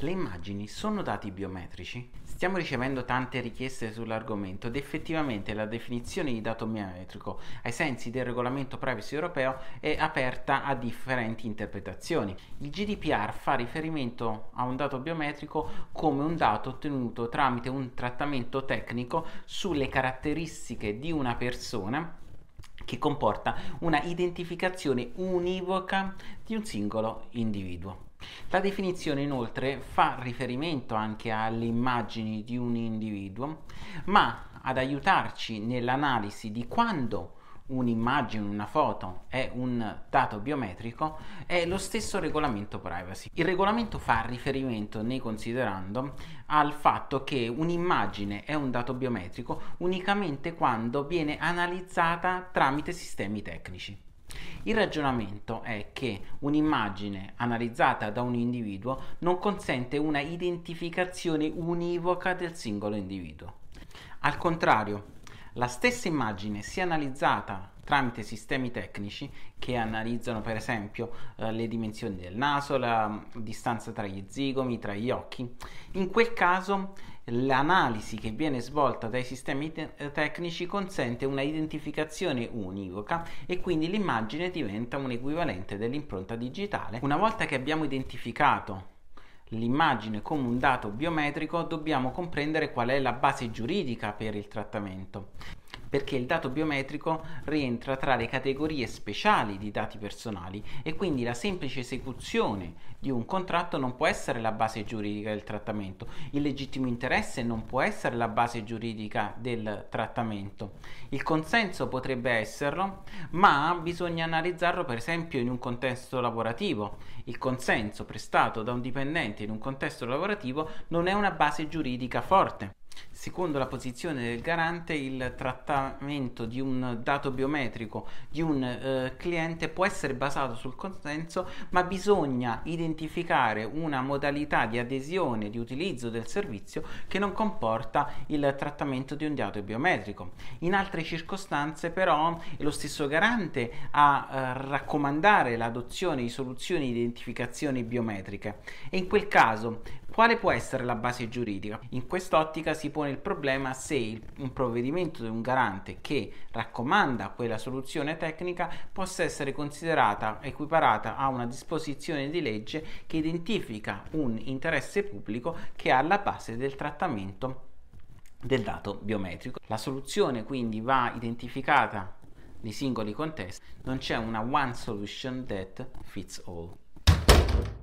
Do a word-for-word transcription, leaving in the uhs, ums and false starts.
Le immagini sono dati biometrici? Stiamo ricevendo tante richieste sull'argomento ed effettivamente la definizione di dato biometrico ai sensi del regolamento privacy europeo è aperta a differenti interpretazioni. Il G D P R fa riferimento a un dato biometrico come un dato ottenuto tramite un trattamento tecnico sulle caratteristiche di una persona che comporta una identificazione univoca di un singolo individuo. La definizione inoltre fa riferimento anche alle immagini di un individuo, ma ad aiutarci nell'analisi di quando un'immagine, una foto è un dato biometrico è lo stesso regolamento privacy. Il regolamento fa riferimento, nei considerando, al fatto che un'immagine è un dato biometrico unicamente quando viene analizzata tramite sistemi tecnici. Il ragionamento è che un'immagine analizzata da un individuo non consente una identificazione univoca del singolo individuo. Al contrario, la stessa immagine, sia analizzata tramite sistemi tecnici che analizzano per esempio eh, le dimensioni del naso, la distanza tra gli zigomi, tra gli occhi, in quel caso l'analisi che viene svolta dai sistemi te- tecnici consente una identificazione univoca e quindi l'immagine diventa un equivalente dell'impronta digitale. Una volta che abbiamo identificato l'immagine come un dato biometrico, dobbiamo comprendere qual è la base giuridica per il trattamento, perché il dato biometrico rientra tra le categorie speciali di dati personali e quindi la semplice esecuzione di un contratto non può essere la base giuridica del trattamento, il legittimo interesse non può essere la base giuridica del trattamento, il consenso potrebbe esserlo, ma bisogna analizzarlo per esempio in un contesto lavorativo. Il consenso prestato da un dipendente in un contesto lavorativo non è una base giuridica forte. Secondo la posizione del garante, il trattamento di un dato biometrico di un eh, cliente può essere basato sul consenso, ma bisogna identificare una modalità di adesione, di utilizzo del servizio che non comporta il trattamento di un dato biometrico. In altre circostanze, però, è lo stesso garante a eh, raccomandare l'adozione di soluzioni di identificazione biometriche e in quel caso quale può essere la base giuridica? In quest'ottica si pone il problema se il, un provvedimento di un garante che raccomanda quella soluzione tecnica possa essere considerata equiparata a una disposizione di legge che identifica un interesse pubblico che è alla base del trattamento del dato biometrico. La soluzione quindi va identificata nei singoli contesti, non c'è una one solution that fits all.